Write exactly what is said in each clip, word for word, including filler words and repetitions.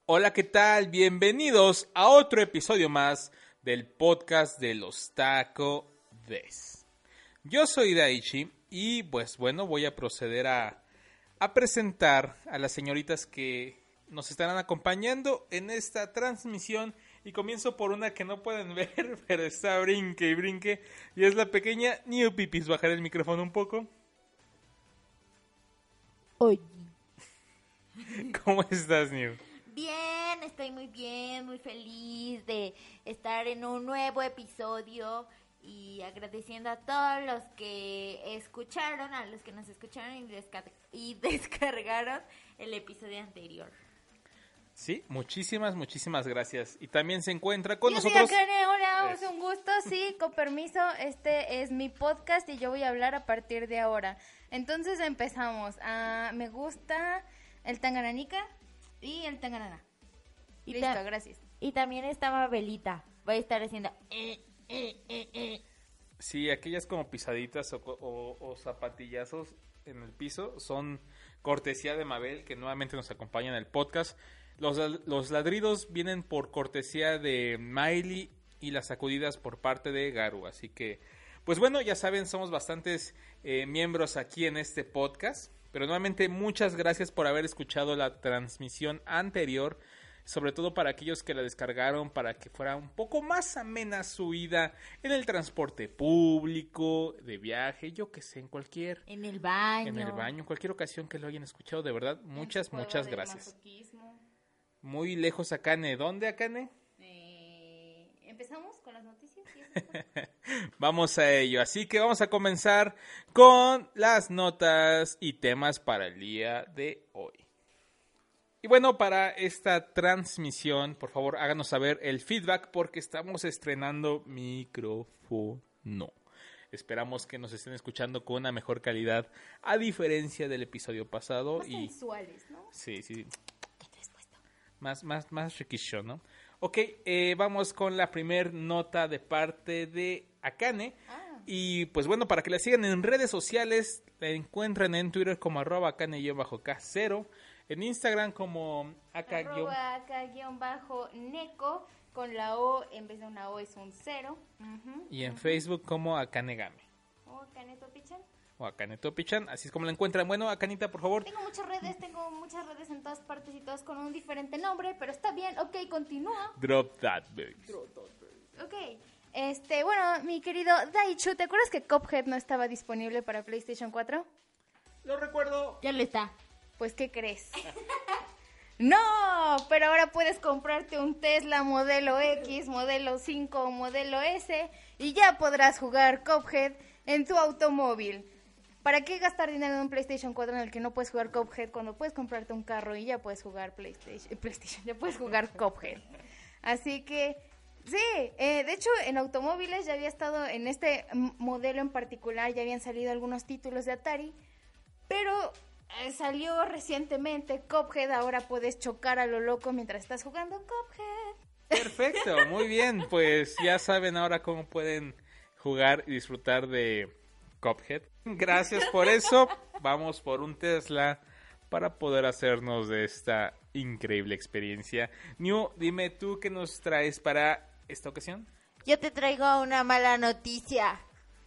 Hola, ¿qué tal? Bienvenidos a otro episodio más del podcast de los Taco Des. Yo soy Daichi y pues bueno, voy a proceder a, a presentar a las señoritas que nos estarán acompañando en esta transmisión. Y comienzo por una que no pueden ver, pero está brinque y brinque. Y es la pequeña New Pipis. Bajaré el micrófono un poco. Oye. ¿Cómo estás, New? Bien, estoy muy bien, muy feliz de estar en un nuevo episodio y agradeciendo a todos los que escucharon, a los que nos escucharon y, descar- y descargaron el episodio anterior. Sí, muchísimas, muchísimas gracias. Y también se encuentra con yo nosotros... Soy Akane, hola, es... es un gusto, sí, con permiso, este es mi podcast y yo voy a hablar a partir de ahora. Entonces empezamos. Ah, me gusta el Tangananika y el Tanganana. Y Listo, ta- gracias. Y también está Mabelita, va a estar haciendo... Eh, eh, eh, eh. Sí, aquellas como pisaditas o, o, o zapatillazos en el piso son cortesía de Mabel, que nuevamente nos acompaña en el podcast. Los, los ladridos vienen por cortesía de Miley y las sacudidas por parte de Garu. Así que, pues bueno, ya saben, somos bastantes eh, miembros aquí en este podcast. Pero nuevamente muchas gracias por haber escuchado la transmisión anterior. Sobre todo para aquellos que la descargaron para que fuera un poco más amena su ida en el transporte público, de viaje, yo que sé, en cualquier... En el baño. En el baño, en cualquier ocasión que lo hayan escuchado, de verdad, muchas, muchas gracias. Masoquismo. Muy lejos, Akane. ¿Dónde, Akane? Eh, ¿Empezamos con las noticias? ¿Y esas cosas? Vamos a ello. Así que vamos a comenzar con las notas y temas para el día de hoy. Y bueno, para esta transmisión, por favor, háganos saber el feedback porque estamos estrenando micrófono. Esperamos que nos estén escuchando con una mejor calidad, a diferencia del episodio pasado. Más y sensuales, ¿no? Sí, sí. Más, más, más riquillo, ¿no? Ok, eh, vamos con la primer nota de parte de Akane. Ah. Y pues bueno, para que la sigan en redes sociales, la encuentran en Twitter como arroba Akane-K cero. En Instagram como aka- Arroba Aka-Neko, con la O, en vez de una O es un cero. Uh-huh, y en uh-huh. Facebook como Akanegame O Akane Topichan. o Akane Topichan, así es como la encuentran. Bueno, Akanita, por favor. Tengo muchas redes, tengo muchas redes en todas partes y todas con un diferente nombre, pero está bien, ok, continúa. Drop that bass. Ok, este, bueno, mi querido Daichu, ¿te acuerdas que Cuphead no estaba disponible para PlayStation cuatro? Lo recuerdo. Ya lo está. Pues, ¿qué crees? No, pero ahora puedes comprarte un Tesla modelo X, modelo cinco o modelo S y ya podrás jugar Cuphead en tu automóvil. ¿Para qué gastar dinero en un PlayStation cuatro en el que no puedes jugar Cuphead cuando puedes comprarte un carro y ya puedes jugar PlayStation, PlayStation ya puedes jugar Cuphead? Así que, sí, eh, de hecho en automóviles ya había estado, en este m- modelo en particular ya habían salido algunos títulos de Atari, pero... Eh, salió recientemente Cuphead, ahora puedes chocar a lo loco mientras estás jugando Cuphead. Perfecto, muy bien. Pues ya saben ahora cómo pueden jugar y disfrutar de Cuphead. Gracias por eso. Vamos por un Tesla para poder hacernos de esta increíble experiencia. New, dime tú qué nos traes para esta ocasión. Yo te traigo una mala noticia.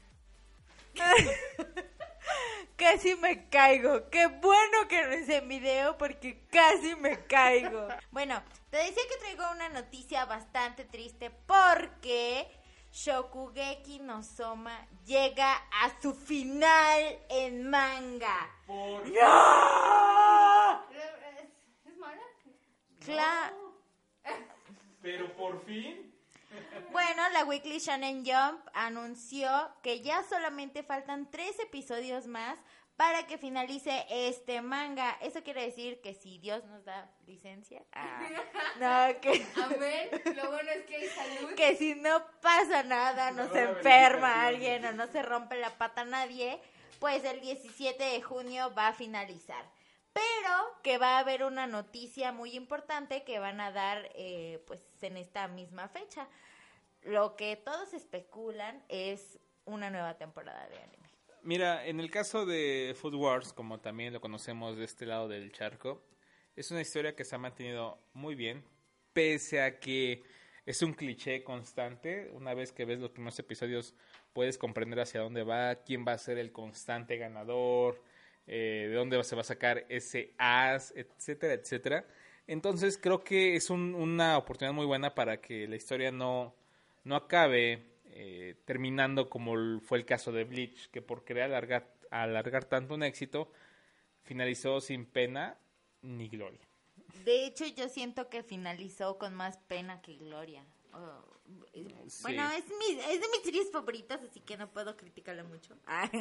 Casi me caigo. Qué bueno que no hice video porque casi me caigo. Bueno, te decía que traigo una noticia bastante triste porque Shokugeki no Soma llega a su final en manga. Por... ¡No! ¿Es mala? Claro. Pero por fin. Bueno, la Weekly Shonen Jump anunció que ya solamente faltan tres episodios más para que finalice este manga. Eso quiere decir que si Dios nos da licencia, ah, no, que, Amén. Lo bueno es que hay salud. que si no pasa nada, no No se da enferma verificación. alguien o no se rompe la pata nadie, pues el diecisiete de junio va a finalizar. Pero que va a haber una noticia muy importante que van a dar eh, pues en esta misma fecha. Lo que todos especulan es una nueva temporada de anime. Mira, en el caso de Food Wars, como también lo conocemos de este lado del charco, Es una historia que se ha mantenido muy bien, pese a que es un cliché constante. Una vez que ves los primeros episodios, puedes comprender hacia dónde va, quién va a ser el constante ganador, eh, de dónde se va a sacar ese as, etcétera, etcétera. Entonces creo que es un, una oportunidad muy buena para que la historia no, no acabe eh, terminando como fue el caso de Bleach, que por querer alargar, alargar tanto un éxito, finalizó sin pena ni gloria. De hecho, yo siento que finalizó con más pena que gloria. Oh, Sí. Bueno, es, mi, es de mis series favoritas, así que no puedo criticarla mucho.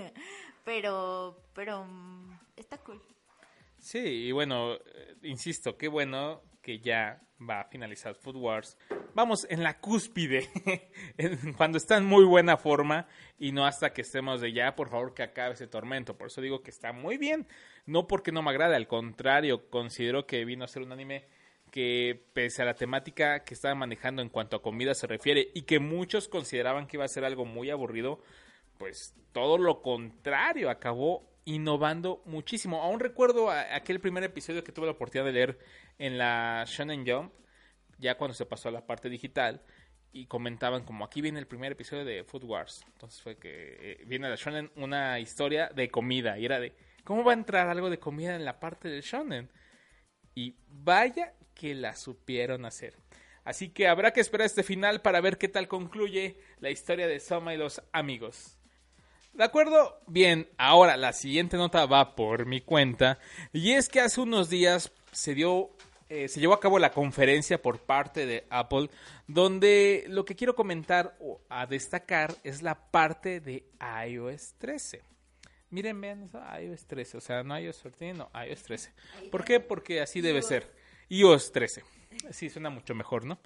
pero, pero mm, está cool. Sí, y bueno, eh, insisto, qué bueno que ya va a finalizar Food Wars. Vamos en la cúspide, en- cuando está en muy buena forma y no hasta que estemos de ya, por favor que acabe ese tormento. Por eso digo que está muy bien, no porque no me agrade, al contrario, considero que vino a ser un anime que pese a la temática que estaba manejando en cuanto a comida se refiere y que muchos consideraban que iba a ser algo muy aburrido, pues todo lo contrario, acabó innovando muchísimo. Aún recuerdo a- aquel primer episodio que tuve la oportunidad de leer en la Shonen Jump, ya cuando se pasó a la parte digital, y comentaban como aquí viene el primer episodio de Food Wars. Entonces fue que eh, viene la Shonen una historia de comida, y era de, ¿cómo va a entrar algo de comida en la parte del Shonen? Y vaya que la supieron hacer. Así que habrá que esperar este final para ver qué tal concluye la historia de Soma y los amigos. ¿De acuerdo? Bien, ahora la siguiente nota va por mi cuenta. Y es que hace unos días se dio, eh, se llevó a cabo la conferencia por parte de Apple, donde lo que quiero comentar o a destacar es la parte de iOS trece. Miren, vean eso, iOS trece, o sea, no iOS catorce, no, iOS trece. ¿Por qué? Porque así debe ser. iOS trece. Sí, suena mucho mejor, ¿no?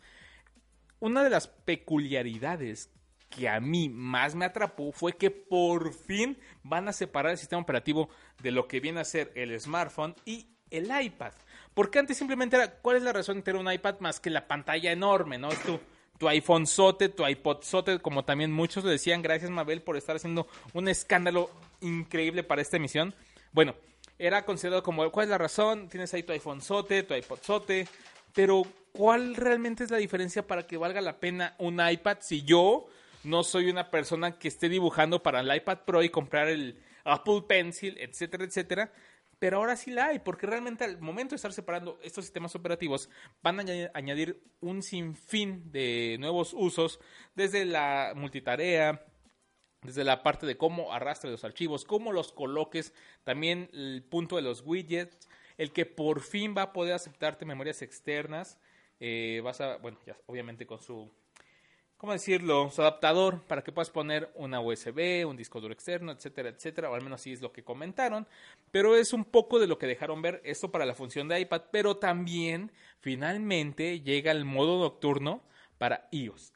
Una de las peculiaridades que a mí más me atrapó fue que por fin van a separar el sistema operativo de lo que viene a ser el smartphone y el iPad. Porque antes simplemente era, ¿cuál es la razón de tener un iPad más que la pantalla enorme, ¿no? Es tu, tu iPhone sote, tu iPod sote, como también muchos lo decían. Gracias, Mabel, por estar haciendo un escándalo increíble para esta emisión. Bueno, era considerado como, ¿cuál es la razón? Tienes ahí tu iPhone sote, tu iPod sote, pero ¿cuál realmente es la diferencia para que valga la pena un iPad si yo no soy una persona que esté dibujando para el iPad Pro y comprar el Apple Pencil, etcétera, etcétera? Pero ahora sí la hay, porque realmente al momento de estar separando estos sistemas operativos van a añadir- añadir un sinfín de nuevos usos, desde la multitarea, desde la parte de cómo arrastres los archivos, cómo los coloques, también el punto de los widgets, el que por fin va a poder aceptarte memorias externas, eh, vas a, bueno, ya obviamente con su, ¿cómo decirlo? Su adaptador para que puedas poner una U S B, un disco duro externo, etcétera, etcétera, o al menos así es lo que comentaron, pero es un poco de lo que dejaron ver esto para la función de iPad, pero también finalmente llega el modo nocturno para iOS.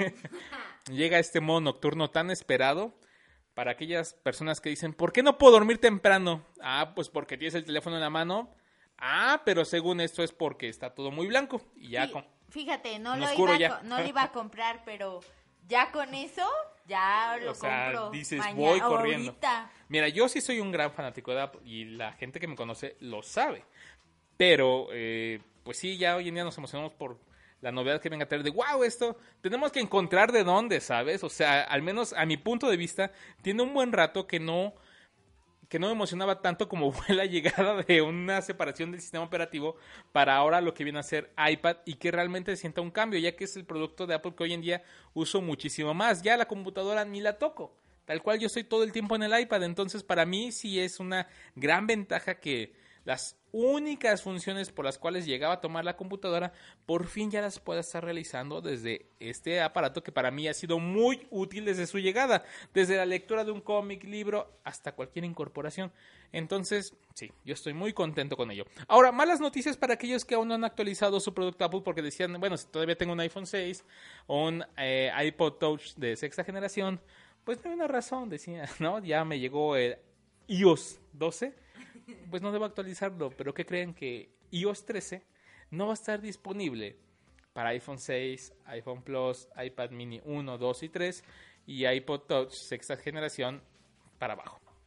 Llega este modo nocturno tan esperado para aquellas personas que dicen, ¿por qué no puedo dormir temprano? Ah, pues porque tienes el teléfono en la mano. Ah, pero según esto es porque está todo muy blanco y ya Sí, con... fíjate, no en lo, oscuro iba ya. a, co- no lo iba a comprar, pero ya con eso, ya lo O sea, compro. dices, mañana, voy o corriendo. ahorita. Mira, yo sí soy un gran fanático de Apple y la gente que me conoce lo sabe. Pero, eh, pues sí, ya hoy en día nos emocionamos por la novedad que venga a tener de, wow, esto, tenemos que encontrar de dónde, ¿sabes? O sea, al menos a mi punto de vista, tiene un buen rato que no, que no me emocionaba tanto como fue la llegada de una separación del sistema operativo para ahora lo que viene a ser iPad y que realmente sienta un cambio, ya que es el producto de Apple que hoy en día uso muchísimo más. Ya la computadora ni la toco, tal cual yo estoy todo el tiempo en el iPad, entonces para mí sí es una gran ventaja que las únicas funciones por las cuales llegaba a tomar la computadora, por fin ya las pueda estar realizando desde este aparato que para mí ha sido muy útil desde su llegada, desde la lectura de un cómic, libro, hasta cualquier incorporación. Entonces, sí, yo estoy muy contento con ello. Ahora, malas noticias para aquellos que aún no han actualizado su producto Apple porque decían, bueno, si todavía tengo un iPhone seis o un eh, iPod Touch de sexta generación, pues no hay una razón, decía, ¿no? Ya me llegó el iOS doce, pues no debo actualizarlo, pero ¿qué creen? Que iOS trece no va a estar disponible para iPhone seis, iPhone Plus, iPad Mini uno, dos y tres y iPod Touch sexta generación para abajo.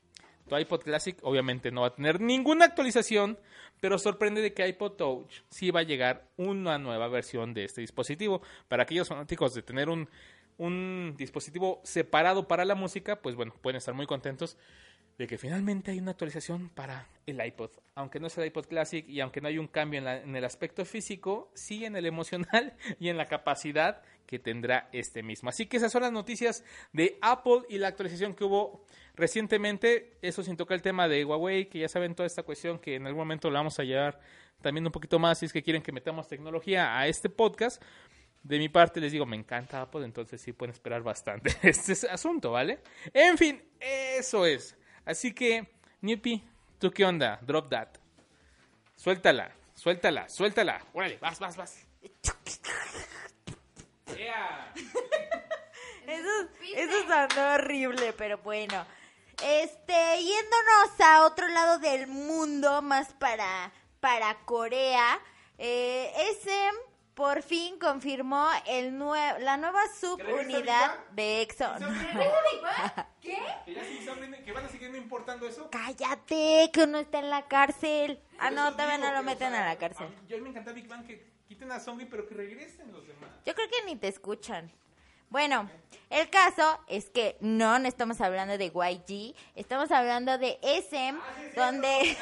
Tu iPod Classic obviamente no va a tener ninguna actualización, pero sorprende de que iPod Touch sí va a llegar una nueva versión de este dispositivo. Para aquellos fanáticos de tener un, un dispositivo separado para la música, pues bueno, pueden estar muy contentos de que finalmente hay una actualización para el iPod. Aunque no es el iPod Classic y aunque no hay un cambio en, la, en el aspecto físico, sí en el emocional y en la capacidad que tendrá este mismo. Así que esas son las noticias de Apple y la actualización que hubo recientemente. Eso sin tocar el tema de Huawei, que ya saben toda esta cuestión que en algún momento la vamos a llevar también un poquito más si es que quieren que metamos tecnología a este podcast. De mi parte les digo, me encanta Apple, entonces sí pueden esperar bastante este asunto, ¿vale? En fin, eso es. Así que, Nipi, ¿tú qué onda? Drop that. Suéltala, suéltala, suéltala. Órale, vas, vas, vas. Yeah. Eso, eso sonó horrible, pero bueno. Este, yéndonos a otro lado del mundo, más para, para Corea, eh, S M por fin confirmó el nue- la nueva subunidad de Exxon. ¿Qué? ¿Que ya sí son- que van a seguir no importando eso? Cállate, que uno está en la cárcel. Ah, no, Eso todavía digo no lo que, meten o sea, a la cárcel. mí- Yo me encanta Big Bang que quiten a Zombie, pero que regresen los demás. Yo creo que ni te escuchan. Bueno, el caso es que no, no estamos hablando de Y G, estamos hablando de S M, donde,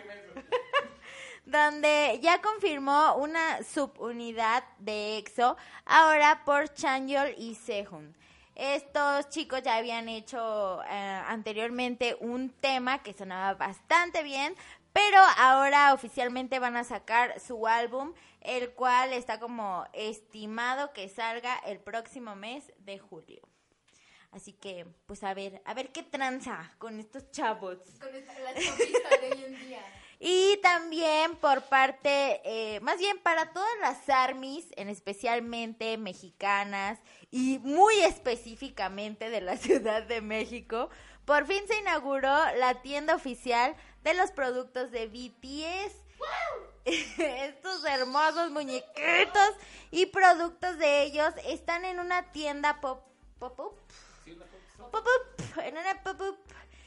donde ya confirmó una subunidad de EXO, ahora por Chanyeol y Sehun. Estos chicos ya habían hecho eh, anteriormente un tema que sonaba bastante bien, pero ahora oficialmente van a sacar su álbum, el cual está como estimado que salga el próximo mes de julio. Así que, pues a ver, a ver qué tranza con estos chavos. Con esta, la chavista de hoy en día. Y también por parte, eh, más bien para todas las ARMYs, en especialmente mexicanas y muy específicamente de la Ciudad de México, por fin se inauguró la tienda oficial de los productos de B T S. Estos hermosos muñequitos y productos de ellos están en una tienda pop, pop-up, pop-up, en una pop-up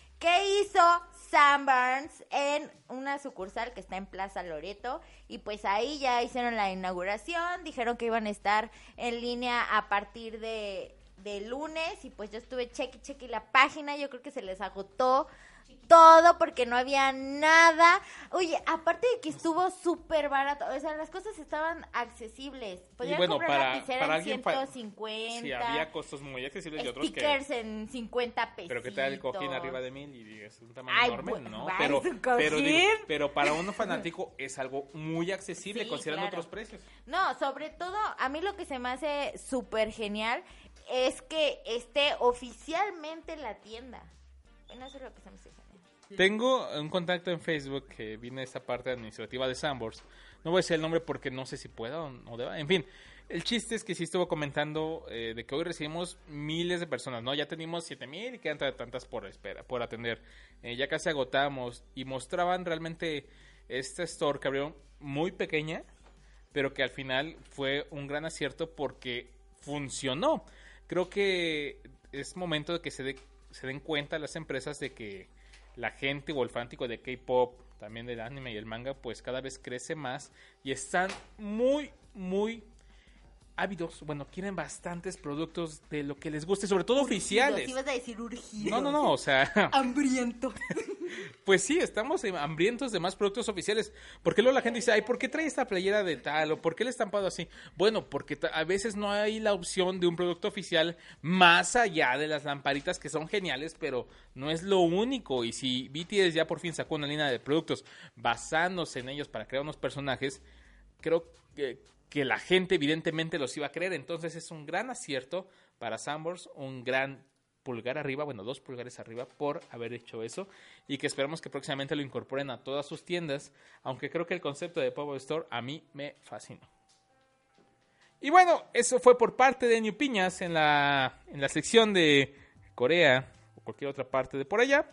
que hizo Sanborns en una sucursal que está en Plaza Loreto, y pues ahí ya hicieron la inauguración, dijeron que iban a estar en línea a partir de, de lunes, y pues yo estuve cheque cheque la página, yo creo que se les agotó todo porque no había nada. Oye, aparte de que estuvo súper barato, o sea, las cosas estaban accesibles. Podían bueno, comprar para- lapicera para en alguien fa- ciento cincuenta, Sí, había costos muy accesibles y otros que... stickers en cincuenta pesos. Pero que tal el cojín arriba de mil y es un tamaño Ay, enorme, bueno, ¿no? ¿va Pero, ese pero, cojín? digo, pero para uno fanático es algo muy accesible Sí, considerando claro. otros precios. No, sobre todo, a mí lo que se me hace súper genial es que esté oficialmente en la tienda. Bueno, eso es lo que se me hace genial. Tengo un contacto en Facebook que viene esta parte administrativa de Sanborns. No voy a decir el nombre porque no sé si pueda o no deba. En fin, el chiste es que sí estuvo comentando eh, de que hoy recibimos miles de personas, ¿no? Ya tenemos siete mil y quedan t- tantas por espera, por atender. Eh, ya casi agotamos y mostraban realmente esta store que abrieron muy pequeña, pero que al final fue un gran acierto porque funcionó. Creo que es momento de que se, de, se den cuenta las empresas de que la gente o el fanático de K-pop, también del anime y el manga, pues cada vez crece más y están muy, muy ávidos. Bueno, quieren bastantes productos de lo que les guste, sobre todo oficiales. Si vas a decir urgidos. No, no, no, o sea, Hambriento. pues sí, estamos hambrientos de más productos oficiales. Porque luego la gente dice, ay, ¿por qué trae esta playera de tal? ¿O por qué el estampado así? Bueno, porque ta- a veces no hay la opción de un producto oficial más allá de las lamparitas que son geniales, pero no es lo único. Y si B T S ya por fin sacó una línea de productos basándose en ellos para crear unos personajes, creo que, que la gente evidentemente los iba a creer. Entonces es un gran acierto para Sanborns, un gran pulgar arriba, bueno, dos pulgares arriba por haber hecho eso, y que esperamos que próximamente lo incorporen a todas sus tiendas, aunque creo que el concepto de Pop-Up Store a mí me fascinó. Y bueno, eso fue por parte de New Piñas en la, en la sección de Corea o cualquier otra parte de por allá.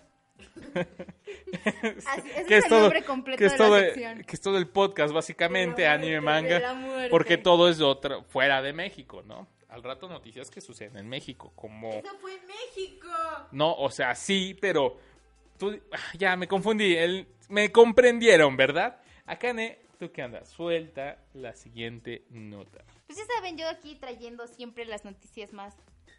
Así, ese que es es el todo, nombre completo que es de todo, la sección. que es todo el podcast básicamente, De la anime muerte, de la manga, muerte. porque todo es de otra, fuera de México, ¿no? Al rato noticias que suceden en México, como... Eso fue en México. No, o sea, sí, pero tú, ya me confundí, el, me comprendieron, ¿verdad? Akane, ¿tú qué andas? Suelta la siguiente nota. Pues ya saben, yo aquí trayendo siempre las noticias más...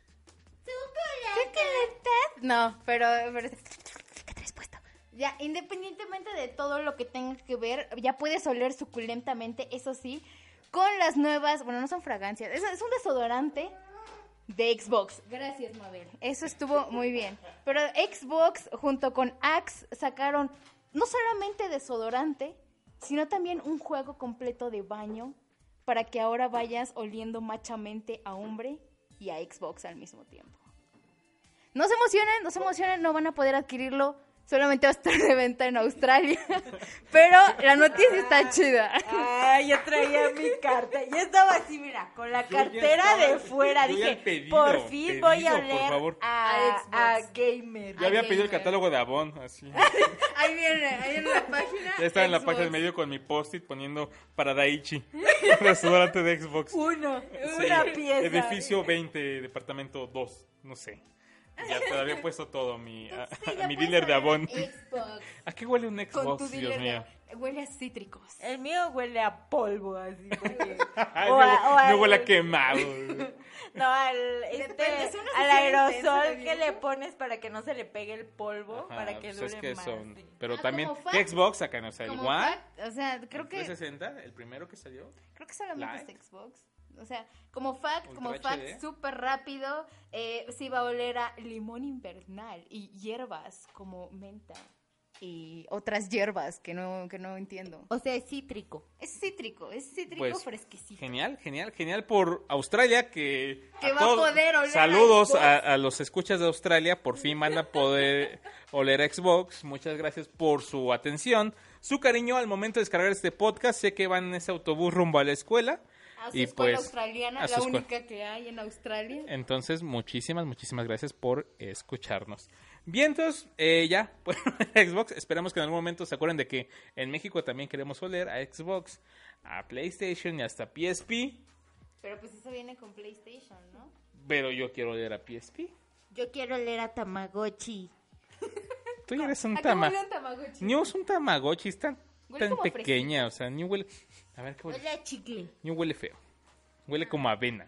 ¿Suculentas? No, pero... pero... ¿Qué traes puesto? Ya, independientemente de todo lo que tenga que ver, ya puedes oler suculentamente, eso sí, con las nuevas... Bueno, no son fragancias, es, es un desodorante de Xbox. Gracias, Mabel. Eso estuvo muy bien. Pero Xbox junto con Axe sacaron no solamente desodorante, sino también un juego completo de baño para que ahora vayas oliendo machamente a hombre y a Xbox al mismo tiempo. No se emocionen, no se emocionen, no van a poder adquirirlo. Solamente va a estar de venta en Australia. Pero la noticia está chida. Ay, yo traía mi carta. Yo estaba así, mira, con la Yo ya cartera estaba- de fuera. yo ya Dije, el pedido, por fin pedido, voy a por oler favor. a, A a Xbox. gamer. Yo había pedido el gamer. catálogo de Avon, así. Ahí viene, ahí en la página. Ya estaba en la Xbox. página del medio con mi post-it poniendo para Daichi. Desodorante de Xbox. Uno, Sí, una pieza. Edificio veinte, departamento dos, no sé. Ya te había puesto todo mi, a, Sí, a ya mi puedes dealer de oler Avon. Xbox. ¿A qué huele un Con Xbox, tu Dios dealer mío? de- Huele a cítricos. El mío huele a polvo, así. Porque... Ay, o me, a- o me al- huele a quemado. No, al, Depende, este, es una al sesión aerosol intensa de que le viento. pones para que no se le pegue el polvo, Ajá, para que pues dure es que más. son- sí. Pero Ah, también, como ¿qué Fat. Xbox sacan? O sea, el Como One, fact, o sea, creo el que trescientos sesenta, el primero que salió. creo que solamente Live. es Xbox. O sea, como fact, Ultra como H D. fact súper rápido, eh, sí va a oler a limón invernal y hierbas como menta y otras hierbas que no que no entiendo. O sea, es cítrico. Es cítrico, es cítrico Pues, fresquecito. Genial, genial, genial por Australia que... Que va a poder oler a Saludos Xbox. a, a los escuchas de Australia, por fin van a poder oler a Xbox. Muchas gracias por su atención, su cariño al momento de descargar este podcast. Sé que van en ese autobús rumbo a la escuela. A su y escuela pues, australiana, a su la escuela. única que hay en Australia. Entonces, muchísimas, muchísimas gracias por escucharnos. Bien, entonces, eh, ya, bueno, Xbox, esperamos que en algún momento se acuerden de que en México también queremos oler a Xbox, a PlayStation y hasta P S P, Pero pues eso viene con PlayStation, ¿no? pero yo quiero oler a P S P. Yo quiero leer a Tamagotchi. Tú ya eres un ¿A qué tama... huele un Tamagotchi? Ni es un Tamagotchi, es tan, Huele tan como pequeña, o sea, ni huele... A ver, ¿qué huele? Huele a chicle. Ni huele feo, huele como a avena.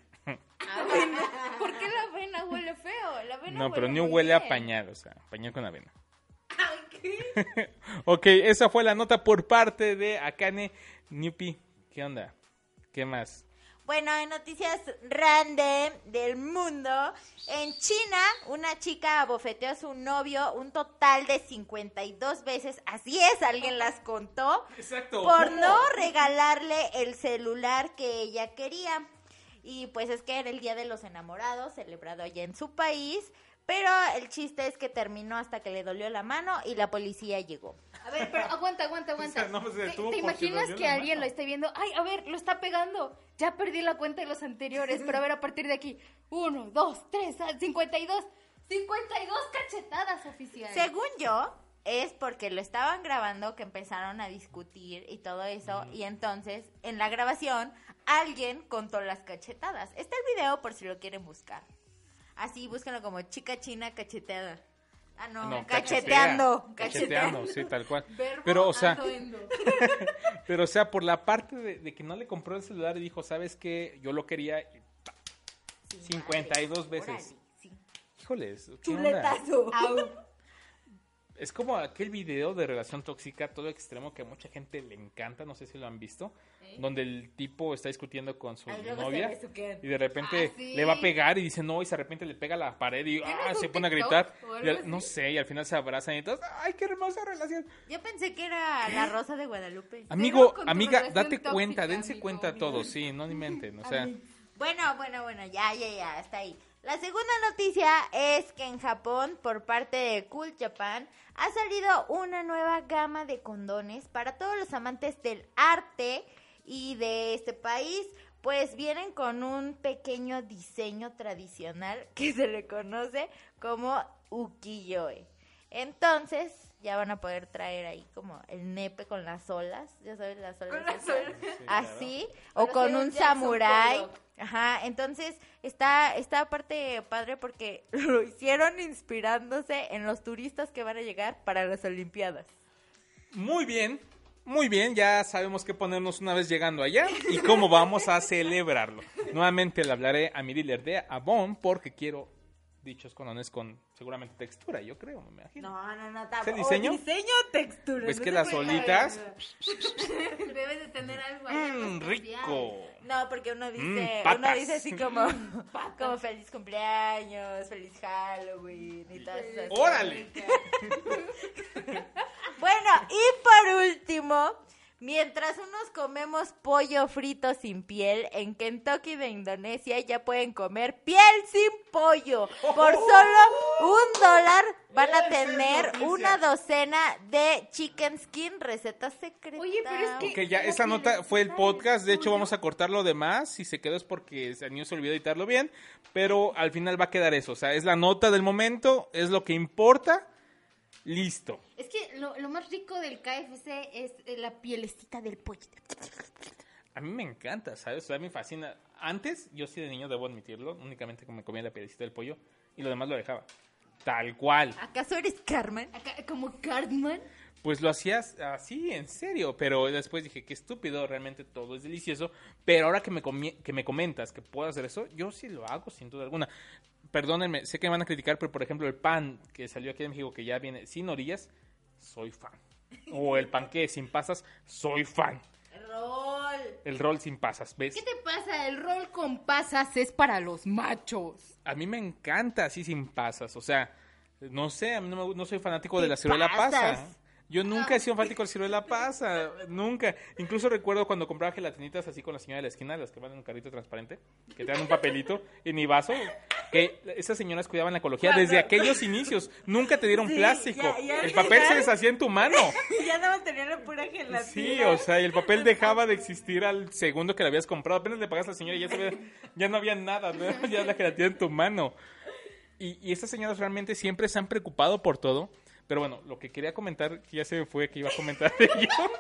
Avena. ¿Por qué la avena huele feo? La avena No, pero huele ni muy huele a bien. pañal, o sea, pañal con avena. Ay, ¿qué? Ok, esa fue la nota por parte de Akane Newpi. ¿Qué onda? ¿Qué más? Bueno, en noticias random del mundo, en China, una chica abofeteó a su novio un total de cincuenta y dos veces, así es, alguien las contó, Exacto. por no regalarle el celular que ella quería. Y pues es que era el Día de los Enamorados, celebrado allá en su país, pero el chiste es que terminó hasta que le dolió la mano y la policía llegó. A ver, pero aguanta, aguanta, aguanta. O sea, no se ¿Te, detuvo te porque imaginas dolió que la alguien mano? lo esté viendo? Ay, a ver, lo está pegando. Ya perdí la cuenta de los anteriores, pero a ver, a partir de aquí. Uno, dos, tres, ah, cincuenta y dos. cincuenta y dos cachetadas oficiales. Según yo, es porque lo estaban grabando que empezaron a discutir y todo eso, y entonces en la grabación alguien contó las cachetadas. Está el video por si lo quieren buscar. Así, búsquenlo como chica china cacheteada. Ah, no, No, cacheteando. cachetea. Cacheteando, sí, tal cual. Verbo Pero, o sea, atuendo. pero, o sea, por la parte de, de que no le compró el celular y dijo, ¿sabes qué? Yo lo quería y ¡pa! Sí, cincuenta y dos madre, veces. órale, sí. Híjoles, ¿qué onda? Chuletazo. Au. Es como aquel video de relación tóxica, todo extremo, que a mucha gente le encanta, no sé si lo han visto, ¿Eh? donde el tipo está discutiendo con su Ay, luego novia se besuquean. y de repente Ah, sí. le va a pegar y dice no, y de repente le pega a la pared y ¿Tienes ah, un se pone a TikTok gritar, o y algo al- no así? sé, y al final se abrazan y todos, ¡ay, qué hermosa relación! Yo pensé que era la Rosa de Guadalupe. Amigo, con tu amiga, relación date tóxica, cuenta, dense amigo, cuenta amigo. todos, sí, no inventen, o sea, Bueno, bueno, bueno, ya, ya, ya, hasta ahí. La segunda noticia es que en Japón, por parte de Cool Japan, ha salido una nueva gama de condones para todos los amantes del arte y de este país, pues vienen con un pequeño diseño tradicional que se le conoce como ukiyo-e. Entonces, ya van a poder traer ahí como el nepe con las olas, ya sabes, las olas Con las esas, olas. así, Para o con hacer un un Jackson samurái, Pollock. Ajá, entonces está, está aparte padre porque lo hicieron inspirándose en los turistas que van a llegar para las Olimpiadas. Muy bien, muy bien, ya sabemos qué ponernos una vez llegando allá y cómo vamos a celebrarlo. Nuevamente le hablaré a mi dealer de Avon porque quiero dichos conones con seguramente textura, yo creo, me imagino. No, no, no, ¿Es tampoco. el diseño? Diseño o textura. Pues no que se las puede- olitas, Debes de tener algo ahí mmm, especial. rico. No, porque uno dice, Mm, uno patas. dice así como, como feliz cumpleaños, feliz Halloween y todas esas cosas. ¡Órale! Bueno, y por último, mientras unos comemos pollo frito sin piel, en Kentucky de Indonesia ya pueden comer piel sin pollo. Por solo un dólar van a tener una docena de chicken skin, recetas secretas. Oye, pero es que- Ok, ya, esa nota fue el podcast, de hecho vamos a cortar lo demás, si se quedó es porque a mí se olvidó editarlo bien, pero al final va a quedar eso, o sea, es la nota del momento, es lo que importa, listo. Es que lo, lo más rico del K F C es eh, la pielecita del pollo. A mí me encanta, ¿sabes? O sea, me fascina. Antes, yo sí de niño, debo admitirlo, únicamente me comía la pielecita del pollo y lo demás lo dejaba. Tal cual. ¿Acaso eres Carmen? Acá, como Cartman. Pues lo hacías así, en serio, pero después dije, qué estúpido, realmente todo es delicioso, pero ahora que me, comie- que me comentas que puedo hacer eso, yo sí lo hago sin duda alguna. Perdónenme, sé que me van a criticar, pero por ejemplo el pan que salió aquí en México que ya viene sin orillas, soy fan. O el panqué sin pasas, soy fan. Rol. El rol sin pasas, ¿ves? ¿Qué te pasa? El rol con pasas es para los machos. A mí me encanta así sin pasas, o sea, no sé, a mí no, me- no soy fanático de ¿Qué la ciruela pasas? pasa. Yo nunca he sido fanático de la ciruela pasa, nunca. Incluso recuerdo cuando compraba gelatinitas así con la señora de la esquina, las que van en un carrito transparente, que te dan un papelito en mi vaso, que esas señoras cuidaban la ecología desde aquellos inicios, nunca te dieron Sí, plástico, ya- ya el papel ya- se deshacía en tu mano. Ya no van a tener la pura gelatina. Sí, o sea, y el papel dejaba de existir al segundo que lo habías comprado. Apenas le pagas a la señora y ya, se ve- ya no había nada, ¿no? Ya la gelatina en tu mano. Y, y estas señoras realmente siempre se han preocupado por todo. Pero bueno, lo que quería comentar, que ya se me fue que iba a comentar de yo.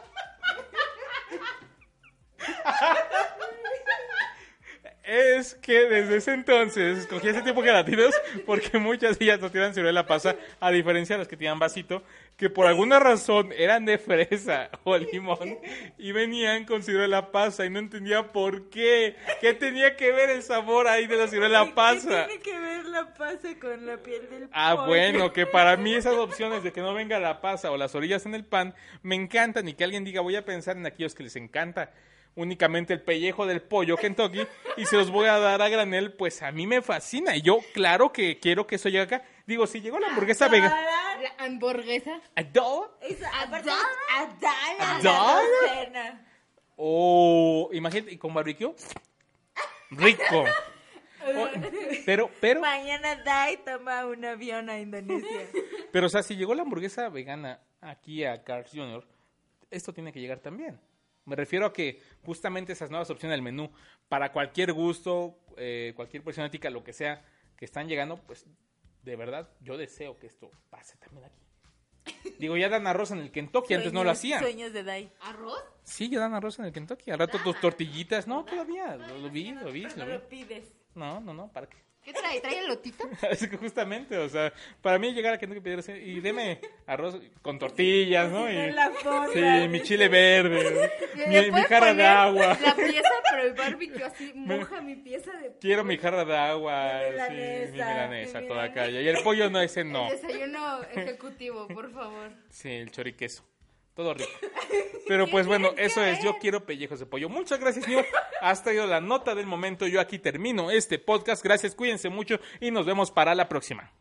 Es que desde ese entonces escogí ese tipo de gelatinas porque muchas de ellas no tienen ciruela pasa, a diferencia de las que tenían vasito, que por alguna razón eran de fresa o limón y venían con ciruela pasa y no entendía por qué. ¿Qué tenía que ver el sabor ahí de la ciruela pasa? ¿Qué tiene que ver la pasa con la piel del Ah, pollo? bueno, que para mí esas opciones de que no venga la pasa o las orillas en el pan me encantan y que alguien diga voy a pensar en aquellos que les encanta únicamente el pellejo del pollo Kentucky y se los voy a dar a granel, pues a mí me fascina y yo claro que quiero que eso llegue acá. Digo, si llegó la hamburguesa vegana... La hamburguesa. ¿Adol? Esa, aparte, Adala. ¿Adala? La docena. O imagínate, ¿y con barbecue? Rico. O- pero, pero, Mañana da y toma un avión a Indonesia. pero, o sea, si llegó la hamburguesa vegana aquí a Carl's junior, esto tiene que llegar también. Me refiero a que justamente esas nuevas opciones del menú, para cualquier gusto, eh, cualquier porción ética, lo que sea, que están llegando, pues, de verdad, yo deseo que esto pase también aquí. Digo, ya dan arroz en el Kentucky, antes no lo Sueños- hacían. Sueños de Dai. ¿Arroz? Sí, ya dan arroz en el Kentucky. Al rato tus tortillitas, no, todavía, lo, lo vi, lo vi, No lo vi. lo pides. No, no, no, ¿para qué? ¿Qué trae? ¿Trae elotito? Es que justamente, o sea, para mí llegar a Kentucky y pedir así, y deme arroz con tortillas, ¿no? Y, En la fonda. sí, mi chile verde, Le mi, mi puedes jarra de poner agua. La pieza, pero el barbecue así moja mi pieza de... Quiero mi jarra de agua, Mi sí, milanesa, mi milanesa, mi toda milanesa. calle. Y el pollo no, ese no. El desayuno ejecutivo, por favor. Sí, el choriqueso. Todo rico. Pero pues bueno, eso es. Yo quiero pellejos de pollo. Muchas gracias, Nio. Has traído la nota del momento. Yo aquí termino este podcast. Gracias, cuídense mucho y nos vemos para la próxima.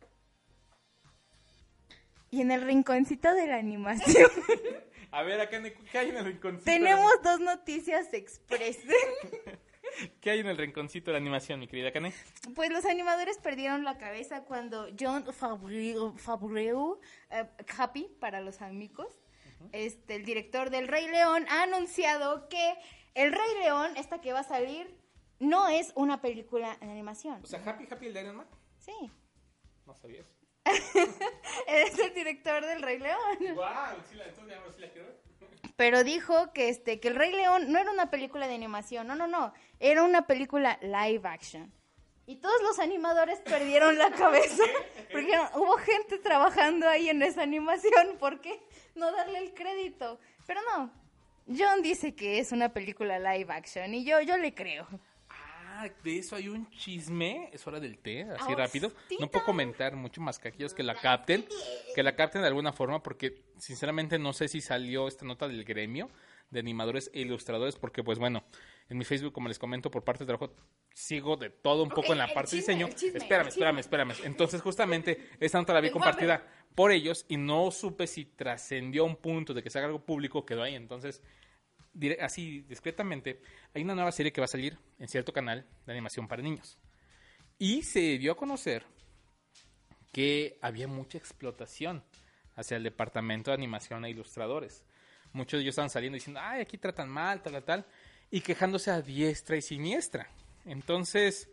Y en el rinconcito de la animación A ver, acá, en el- ¿qué hay en el rinconcito? Tenemos dos noticias express. ¿Qué hay en el rinconcito de la animación, mi querida Kane? Pues los animadores perdieron la cabeza cuando John Favreau, Favreau eh, Happy para los amigos, este, el director del Rey León, ha anunciado que el Rey León, esta que va a salir, no es una película en animación. O sea, Happy Happy el de Iron Man. Sí, No sabías. es el director del Rey León. Wow, sí la, entonces ya sí la quiero ver. pero dijo que este que El Rey León no era una película de animación, no, no, no, era una película live action. Y todos los animadores perdieron la cabeza porque hubo gente trabajando ahí en esa animación, ¿por qué no darle el crédito? Pero no, John dice que es una película live action y yo yo le creo. Ah, de eso hay un chisme, es hora del té, así Oh, rápido. sí, No puedo comentar mucho más que aquellos que la capten, que la capten de alguna forma, porque sinceramente no sé si salió esta nota del gremio de animadores e ilustradores, porque pues bueno, en mi Facebook, como les comento, por parte de trabajo, sigo de todo un poco Ok, en la el parte chisme, de diseño. el chisme, espérame, el chisme. espérame, espérame. Entonces justamente esta nota la vi El compartida por ellos y no supe si trascendió a un punto de que se haga algo público, quedó ahí. Entonces, dire- así discretamente, hay una nueva serie que va a salir en cierto canal de animación para niños. Y se dio a conocer que había mucha explotación hacia el departamento de animación e ilustradores. Muchos de ellos estaban saliendo diciendo, ay, aquí tratan mal, tal, tal, tal, y quejándose a diestra y siniestra. Entonces,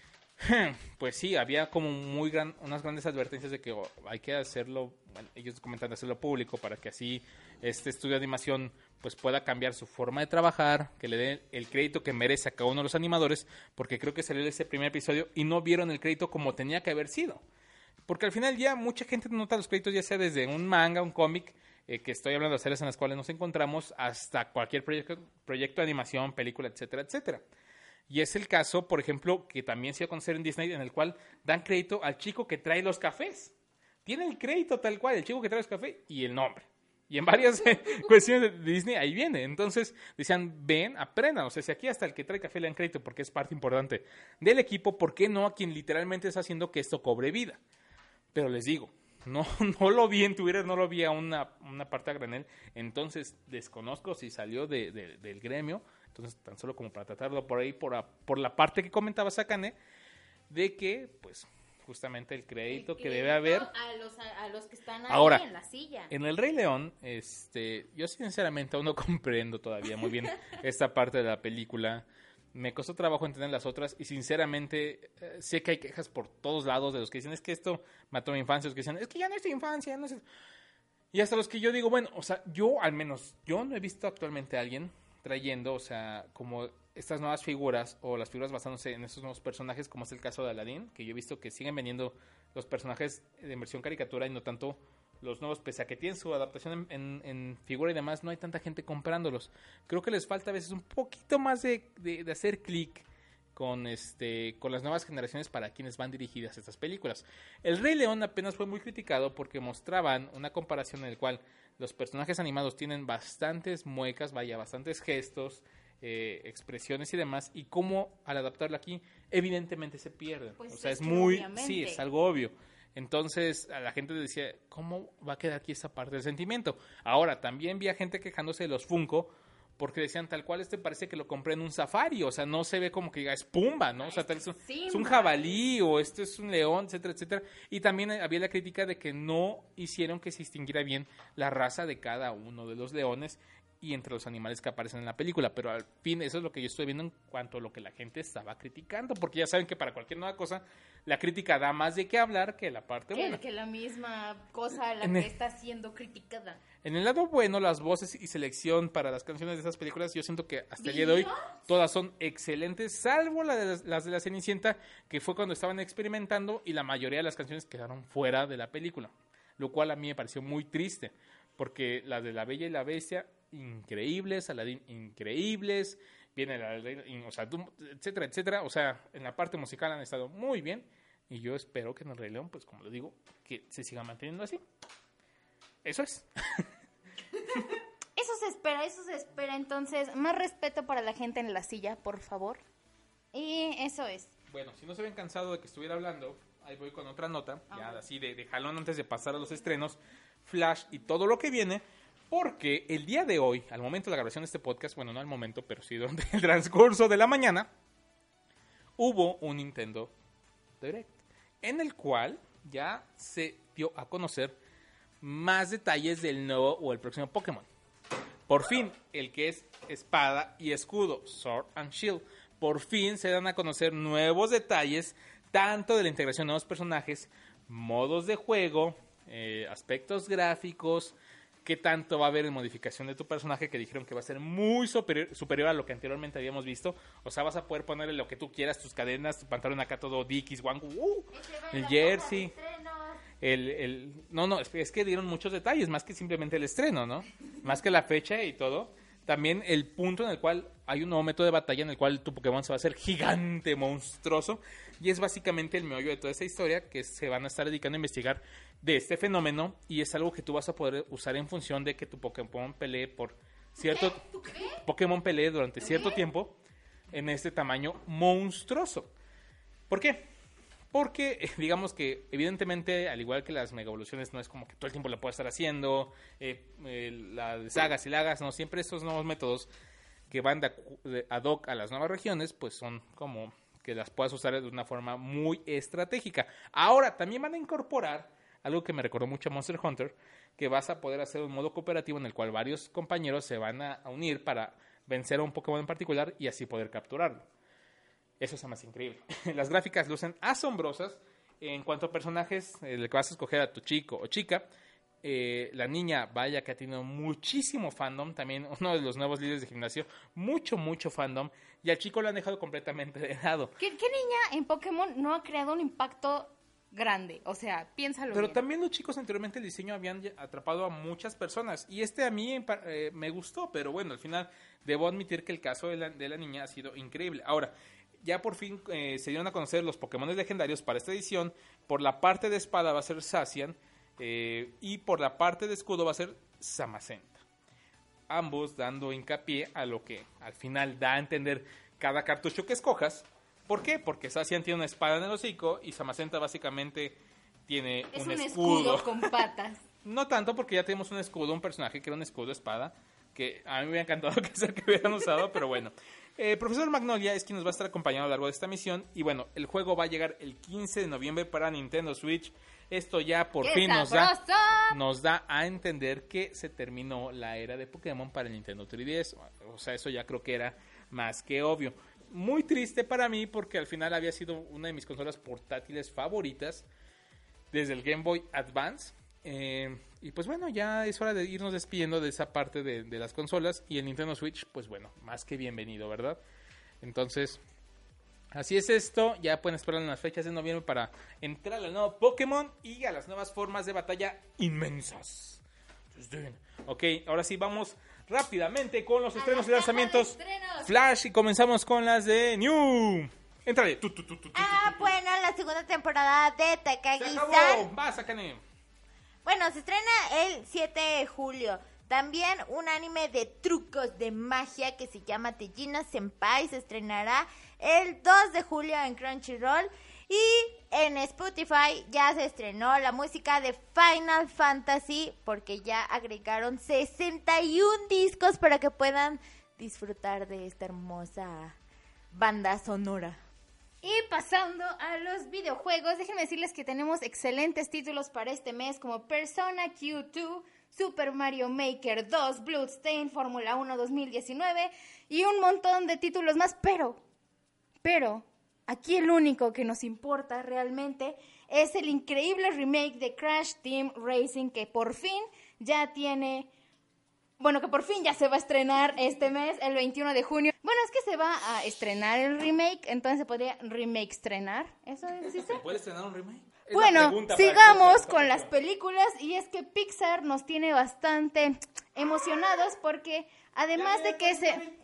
pues sí, había como muy gran, unas grandes advertencias de que oh, hay que hacerlo, bueno, ellos comentan hacerlo público para que así este estudio de animación pues pueda cambiar su forma de trabajar, que le den el crédito que merece a cada uno de los animadores, porque creo que salió ese primer episodio y no vieron el crédito como tenía que haber sido. Porque al final ya mucha gente nota los créditos, ya sea desde un manga, un cómic, eh, que estoy hablando de series en las cuales nos encontramos, hasta cualquier proyecto, proyecto de animación, película, etcétera, etcétera. Y es el caso, por ejemplo, que también se dio a conocer en Disney, en el cual dan crédito al chico que trae los cafés. Tiene el crédito tal cual, el chico que trae los cafés y el nombre. Y en varias cuestiones de Disney ahí viene. Entonces decían, ven, aprendan. O sea, si aquí hasta el que trae café le dan crédito porque es parte importante del equipo, ¿por qué no a quien literalmente está haciendo que esto cobre vida? Pero les digo, no, no lo vi en Twitter, no lo vi a una, una parte a granel. Entonces desconozco si salió de, de, del gremio. Entonces, tan solo como para tratarlo por ahí, por, a, por la parte que comentaba Sakane, de que, pues, justamente el crédito, el crédito que debe haber. A los, a, a los que están ahí ahora, en la silla. En El Rey León, este, yo sinceramente aún no comprendo todavía muy bien esta parte de la película. Me costó trabajo entender las otras y sinceramente eh, sé que hay quejas por todos lados de los que dicen, es que esto mató mi infancia, los que dicen, es que ya no es tu infancia, no es... Y hasta los que yo digo, bueno, o sea, yo al menos, yo no he visto actualmente a alguien trayendo, o sea, como estas nuevas figuras o las figuras basándose en estos nuevos personajes, como es el caso de Aladdin, que yo he visto que siguen vendiendo los personajes en versión caricatura y no tanto los nuevos, pese a que tienen su adaptación en, en, en figura y demás, no hay tanta gente comprándolos. Creo que les falta a veces un poquito más de, de, de hacer clic con este con las nuevas generaciones para quienes van dirigidas estas películas. El Rey León apenas fue muy criticado porque mostraban una comparación en la cual los personajes animados tienen bastantes muecas, vaya, bastantes gestos, eh, expresiones y demás, y cómo al adaptarlo aquí evidentemente se pierden. Pues o sea, es es que muy, obviamente. sí, es algo obvio. Entonces a la gente decía, ¿cómo va a quedar aquí esa parte del sentimiento? Ahora, también vi a gente quejándose de los Funko, porque decían, tal cual este parece que lo compré en un safari, o sea, no se ve como que diga, es Pumba, ¿no? O sea, tal es un, es un jabalí o esto es un león, etcétera, etcétera. Y también había la crítica de que no hicieron que se distinguiera bien la raza de cada uno de los leones y entre los animales que aparecen en la película, pero al fin eso es lo que yo estoy viendo en cuanto a lo que la gente estaba criticando, porque ya saben que para cualquier nueva cosa la crítica da más de qué hablar que la parte que, buena. que la misma cosa la En que el- está siendo criticada. En el lado bueno, las voces y selección para las canciones de esas películas, yo siento que hasta el día de hoy todas son excelentes, salvo la de las, las de la Cenicienta, que fue cuando estaban experimentando y la mayoría de las canciones quedaron fuera de la película, lo cual a mí me pareció muy triste, porque las de La Bella y la Bestia, increíbles, Aladdin, increíbles, viene la o sea, Dumbo, etcétera, etcétera, o sea, en la parte musical han estado muy bien, y yo espero que en El Rey León, pues como lo digo, que se siga manteniendo así. Eso es. Eso se espera, eso se espera. Entonces, más respeto para la gente en la silla, por favor. Y eso es. Bueno, si no se ven cansado de que estuviera hablando, ahí voy con otra nota, Ah, ya bueno. así de, de jalón antes de pasar a los estrenos, Flash y todo lo que viene, porque el día de hoy, al momento de la grabación de este podcast, bueno, no al momento, pero sí durante el transcurso de la mañana, hubo un Nintendo Direct, en el cual ya se dio a conocer más detalles del nuevo o el próximo Pokémon. Por fin, el que es espada y escudo, Sword and Shield. Por fin se dan a conocer nuevos detalles, tanto de la integración de nuevos personajes, modos de juego, eh, aspectos gráficos, qué tanto va a haber en modificación de tu personaje, que dijeron que va a ser muy superior, superior a lo que anteriormente habíamos visto. O sea, vas a poder ponerle lo que tú quieras, tus cadenas, tu pantalón acá todo dickies, guango, uh, el jersey, el, el... No, no, es, es que dieron muchos detalles, más que simplemente el estreno, ¿no? Más que la fecha y todo. También el punto en el cual hay un nuevo método de batalla en el cual tu Pokémon se va a hacer gigante, monstruoso. Y es básicamente el meollo de toda esta historia, que se van a estar dedicando a investigar de este fenómeno. Y es algo que tú vas a poder usar en función de que tu Pokémon pelee por cierto... ¿Tú crees? Pokémon pelee durante cierto ¿Qué? tiempo en este tamaño monstruoso. ¿Por qué? Porque, digamos que, evidentemente, al igual que las mega evoluciones, no es como que todo el tiempo la puedas estar haciendo, eh, eh, la deshagas y la hagas, no, siempre estos nuevos métodos que van de, de ad hoc a las nuevas regiones, pues son como que las puedas usar de una forma muy estratégica. Ahora, también van a incorporar algo que me recordó mucho a Monster Hunter, que vas a poder hacer un modo cooperativo en el cual varios compañeros se van a unir para vencer a un Pokémon en particular y así poder capturarlo. Eso es más increíble. Las gráficas lucen asombrosas. En cuanto a personajes, eh, le vas a escoger a tu chico o chica. Eh, la niña, vaya que ha tenido muchísimo fandom. También uno de los nuevos líderes de gimnasio. Mucho, mucho fandom. Y al chico lo han dejado completamente de lado. ¿Qué, qué niña en Pokémon no ha creado un impacto grande? O sea, piénsalo Pero bien. también los chicos anteriormente el diseño habían atrapado a muchas personas. Y este a mí eh, me gustó. Pero bueno, al final debo admitir que el caso de la, de la niña ha sido increíble. Ahora, ya por fin eh, se dieron a conocer los Pokémon legendarios para esta edición. Por la parte de espada va a ser Zacian. Eh, y por la parte de escudo va a ser Zamazenta. Ambos dando hincapié a lo que al final da a entender cada cartucho que escojas. ¿Por qué? Porque Zacian tiene una espada en el hocico y Zamazenta básicamente tiene Es un, un escudo. escudo con patas. No tanto, porque ya tenemos un escudo, un personaje que era un escudo espada, que a mí me hubiera encantado que sea que hubieran usado, pero bueno. Eh, Profesor Magnolia es quien nos va a estar acompañando a lo largo de esta misión. Y bueno, el juego va a llegar el quince de noviembre para Nintendo Switch. Esto ya por ¡Qué fin nos da, sabroso! nos da a entender que se terminó la era de Pokémon para el Nintendo tres D S. O sea, eso ya creo que era más que obvio. Muy triste para mí porque al final había sido una de mis consolas portátiles favoritas desde el Game Boy Advance. Eh, y pues bueno, ya es hora de irnos despidiendo de esa parte de, de las consolas. Y el Nintendo Switch, pues bueno, más que bienvenido, ¿verdad? Entonces, así es esto. Ya pueden esperar en las fechas de noviembre para entrar al nuevo Pokémon y a las nuevas formas de batalla inmensas. Ok, ahora sí vamos rápidamente con los estrenos y lanzamientos. Estrenos. Flash, y comenzamos con las de New. Entrale. Tu, tu, tu, tu, tu, Ah, tu, tu. bueno, la segunda temporada de Se Takagi-san. acabó. Vas, Akane. Bueno, se estrena el siete de julio. También un anime de trucos de magia que se llama Tejina Senpai se estrenará el dos de julio en Crunchyroll. Y en Spotify ya se estrenó la música de Final Fantasy porque ya agregaron sesenta y uno discos para que puedan disfrutar de esta hermosa banda sonora. Y pasando a los videojuegos, déjenme decirles que tenemos excelentes títulos para este mes como Persona Q dos, Super Mario Maker dos, Bloodstained, Fórmula uno dos mil diecinueve y un montón de títulos más, pero, pero, aquí el único que nos importa realmente es el increíble remake de Crash Team Racing que por fin ya tiene... Bueno, que por fin ya se va a estrenar este mes, el veintiuno de junio. Bueno, es que se va a estrenar el remake, entonces se podría remake estrenar. ¿Eso existe? ¿Se puede estrenar un remake? Es la Bueno, pregunta para sigamos esta con las ocasión. películas y es que Pixar nos tiene bastante emocionados porque además de que se...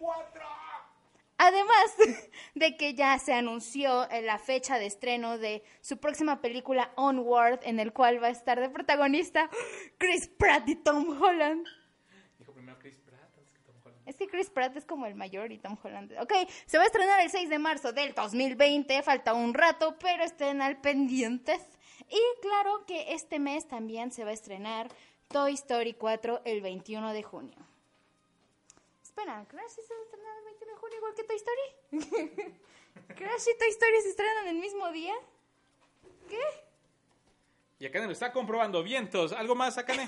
Además de que ya se anunció la fecha de estreno de su próxima película Onward, en el cual va a estar de protagonista Chris Pratt y Tom Holland. Dijo primero Chris Pratt, antes que Tom Holland. Es que Chris Pratt es como el mayor y Tom Holland. Ok, se va a estrenar el seis de marzo del dos mil veinte, falta un rato, pero estén al pendientes. Y claro que este mes también se va a estrenar Toy Story cuatro el veintiuno de junio. Espera, ¿Crash se va a estrenar el veintiuno de junio igual que Toy Story? ¿Crash y Toy Story se estrenan el mismo día? ¿Qué? Y Akane lo está comprobando. Vientos. ¿Algo más, Akane?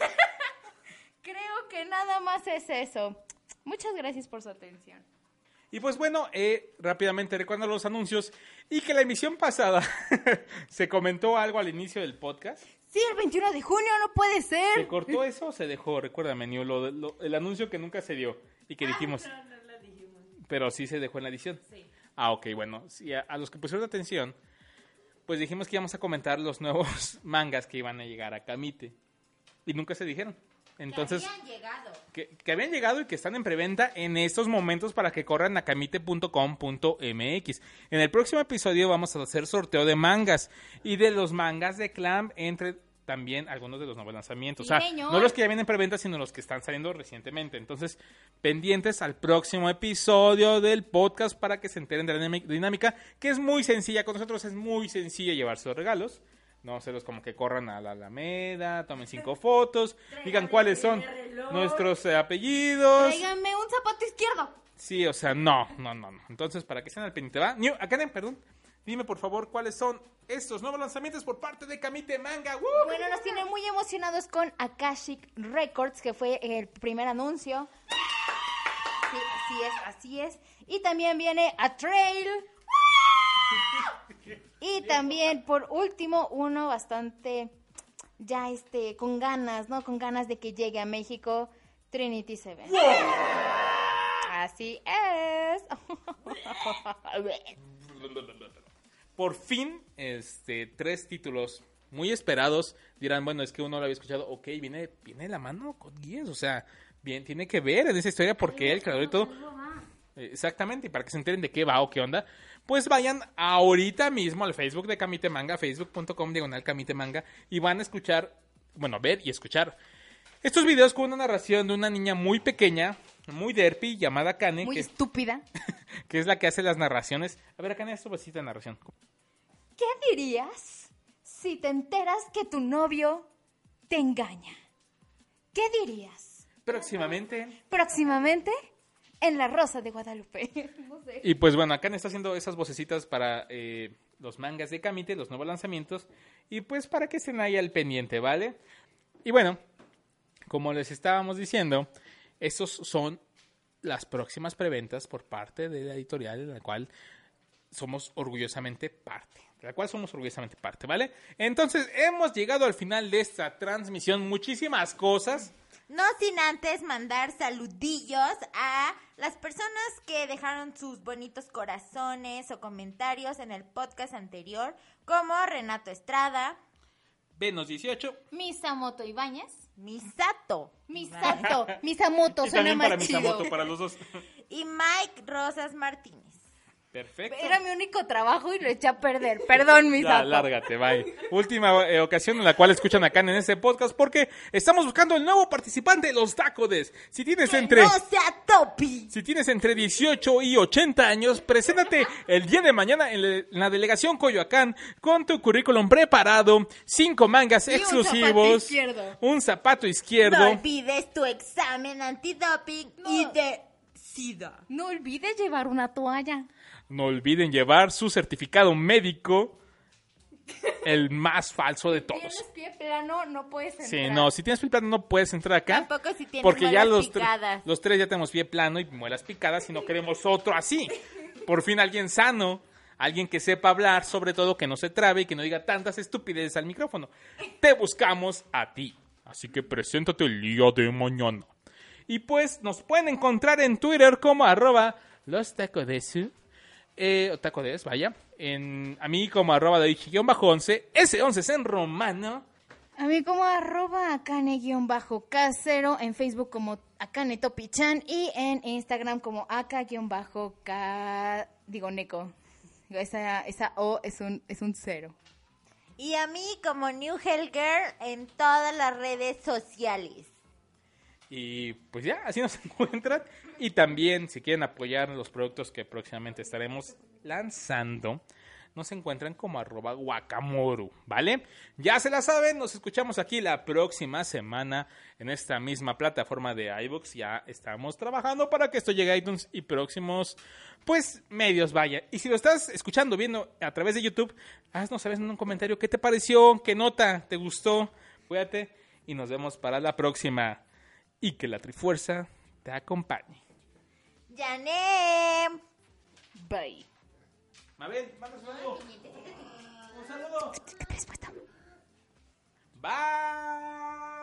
Creo que nada más es eso. Muchas gracias por su atención. Y pues bueno, eh, rápidamente recuerdo los anuncios y que la emisión pasada se comentó algo al inicio del podcast. Sí, el veintiuno de junio, no puede ¿Se ser. cortó eso o se dejó? Recuérdame, Niu, lo, lo- el anuncio que nunca se dio y que dijimos. No, no lo dijimos. Pero sí se dejó en la edición. Sí. Ah, ok, bueno. Sí, a, a los que pusieron atención, pues dijimos que íbamos a comentar los nuevos mangas que iban a llegar a Kamite. Y nunca se dijeron. Entonces, Que habían llegado. que, que habían llegado y que están en preventa en estos momentos para que corran a kamite punto com punto m x. En el próximo episodio vamos a hacer sorteo de mangas y de los mangas de Clamp, entre también algunos de los nuevos lanzamientos. Sí, o sea, señor. no los que ya vienen en preventa, sino los que están saliendo recientemente. Entonces, pendientes al próximo episodio del podcast para que se enteren de la dinami- dinámica, que es muy sencilla. Con nosotros es muy sencilla llevar sus regalos. No hacerlos como que corran a la Alameda, tomen cinco fotos, digan cuáles son nuestros eh, apellidos. Tráigame un zapato izquierdo. Sí, o sea, no, no, no, no. Entonces, para que sean al pendiente, ¿va? Niu, Akane, perdón. Dime, por favor, cuáles son estos nuevos lanzamientos por parte de Kamite Manga. ¡Woo! Bueno, nos tienen muy emocionados con Akashic Records, que fue el primer anuncio. Sí, así es, así es. Y también viene A Trail. Y también, por último, uno bastante, ya este, con ganas, ¿no? Con ganas de que llegue a México, Trinity Seven. Así es. Por fin, este, tres títulos muy esperados. Dirán, bueno, es que uno lo había escuchado. Ok, viene, viene de la mano con Geass, o sea, bien, tiene que ver en esa historia porque el creador y todo. Exactamente, y para que se enteren de qué va o qué onda, pues vayan ahorita mismo al Facebook de Kamite Manga, facebook punto com diagonal Kamite Manga, y van a escuchar, bueno, ver y escuchar estos videos con una narración de una niña muy pequeña, muy derpy, llamada Kane, Muy que, estúpida. que es la que hace las narraciones. A ver, Kane, esto vasita de narración. ¿Qué dirías si te enteras que tu novio te engaña? ¿Qué dirías? Próximamente. Próximamente en La Rosa de Guadalupe. No sé. Y pues bueno, Akane está haciendo esas vocecitas para eh, los mangas de Kamite, los nuevos lanzamientos, y pues para que estén ahí al pendiente, ¿vale? Y bueno, como les estábamos diciendo, estos son las próximas preventas por parte de la editorial de la cual somos orgullosamente parte. De la cual somos orgullosamente parte, ¿vale? Entonces, hemos llegado al final de esta transmisión. Muchísimas cosas. No sin antes mandar saludillos a las personas que dejaron sus bonitos corazones o comentarios en el podcast anterior, como Renato Estrada, Venos dieciocho. Misamoto Ibáñez. Misato Misato. Misamoto, Y suena también para más chido. Misamoto, para los dos. y Mike Rosas Martínez. Perfecto. Era mi único trabajo y lo eché a perder. Perdón, Ya, Misato. lárgate, bye. Última eh, ocasión en la cual escuchan acá en este podcast porque estamos buscando el nuevo participante, los Tacodes. Si tienes entre... ¡No sea Topi! Si tienes entre dieciocho y ochenta años, preséntate el día de mañana en, le- en la delegación Coyoacán con tu currículum preparado, cinco mangas Y un zapato exclusivos, izquierdo. un zapato No izquierdo. olvides tu examen antidoping y de SIDA. No olvides llevar una toalla. No olviden llevar su certificado médico, el más falso de todos. Tienes pie plano, no puedes entrar. Sí, no, si tienes pie plano no puedes entrar acá. Tampoco si tienes Porque ya muelas los, tre- picadas. los tres ya tenemos pie plano y muelas picadas y no queremos otro así. Por fin alguien sano, alguien que sepa hablar, sobre todo que no se trabe y que no diga tantas estupideces al micrófono. Te buscamos a ti. Así que preséntate el día de mañana. Y pues nos pueden encontrar en Twitter como arroba los tacodesu. Eh, tacodes, vaya. En, a mí como arroba Daichi-once. ese once es en romano. A mí como arroba Akane-K cero, en Facebook como Akane Topi-chan y en Instagram como Aka-K, digo Neko. Esa, esa O es un, es un cero. Y a mí como New Hell Girl en todas las redes sociales. Y pues ya, así nos encuentran. Y también, si quieren apoyar los productos que próximamente estaremos lanzando, nos encuentran como arroba guacamoru, ¿vale? Ya se la saben, nos escuchamos aquí la próxima semana en esta misma plataforma de iVoox. Ya estamos trabajando para que esto llegue a iTunes y próximos, pues, medios, vaya. Y si lo estás escuchando, viendo a través de YouTube, haznos saber en un comentario qué te pareció, qué nota te gustó. Cuídate y nos vemos para la próxima. Y que la Trifuerza te acompañe. ¡Yané! Bye. Mabel, manda un saludo. Un saludo. ¿Qué te has puesto? Bye.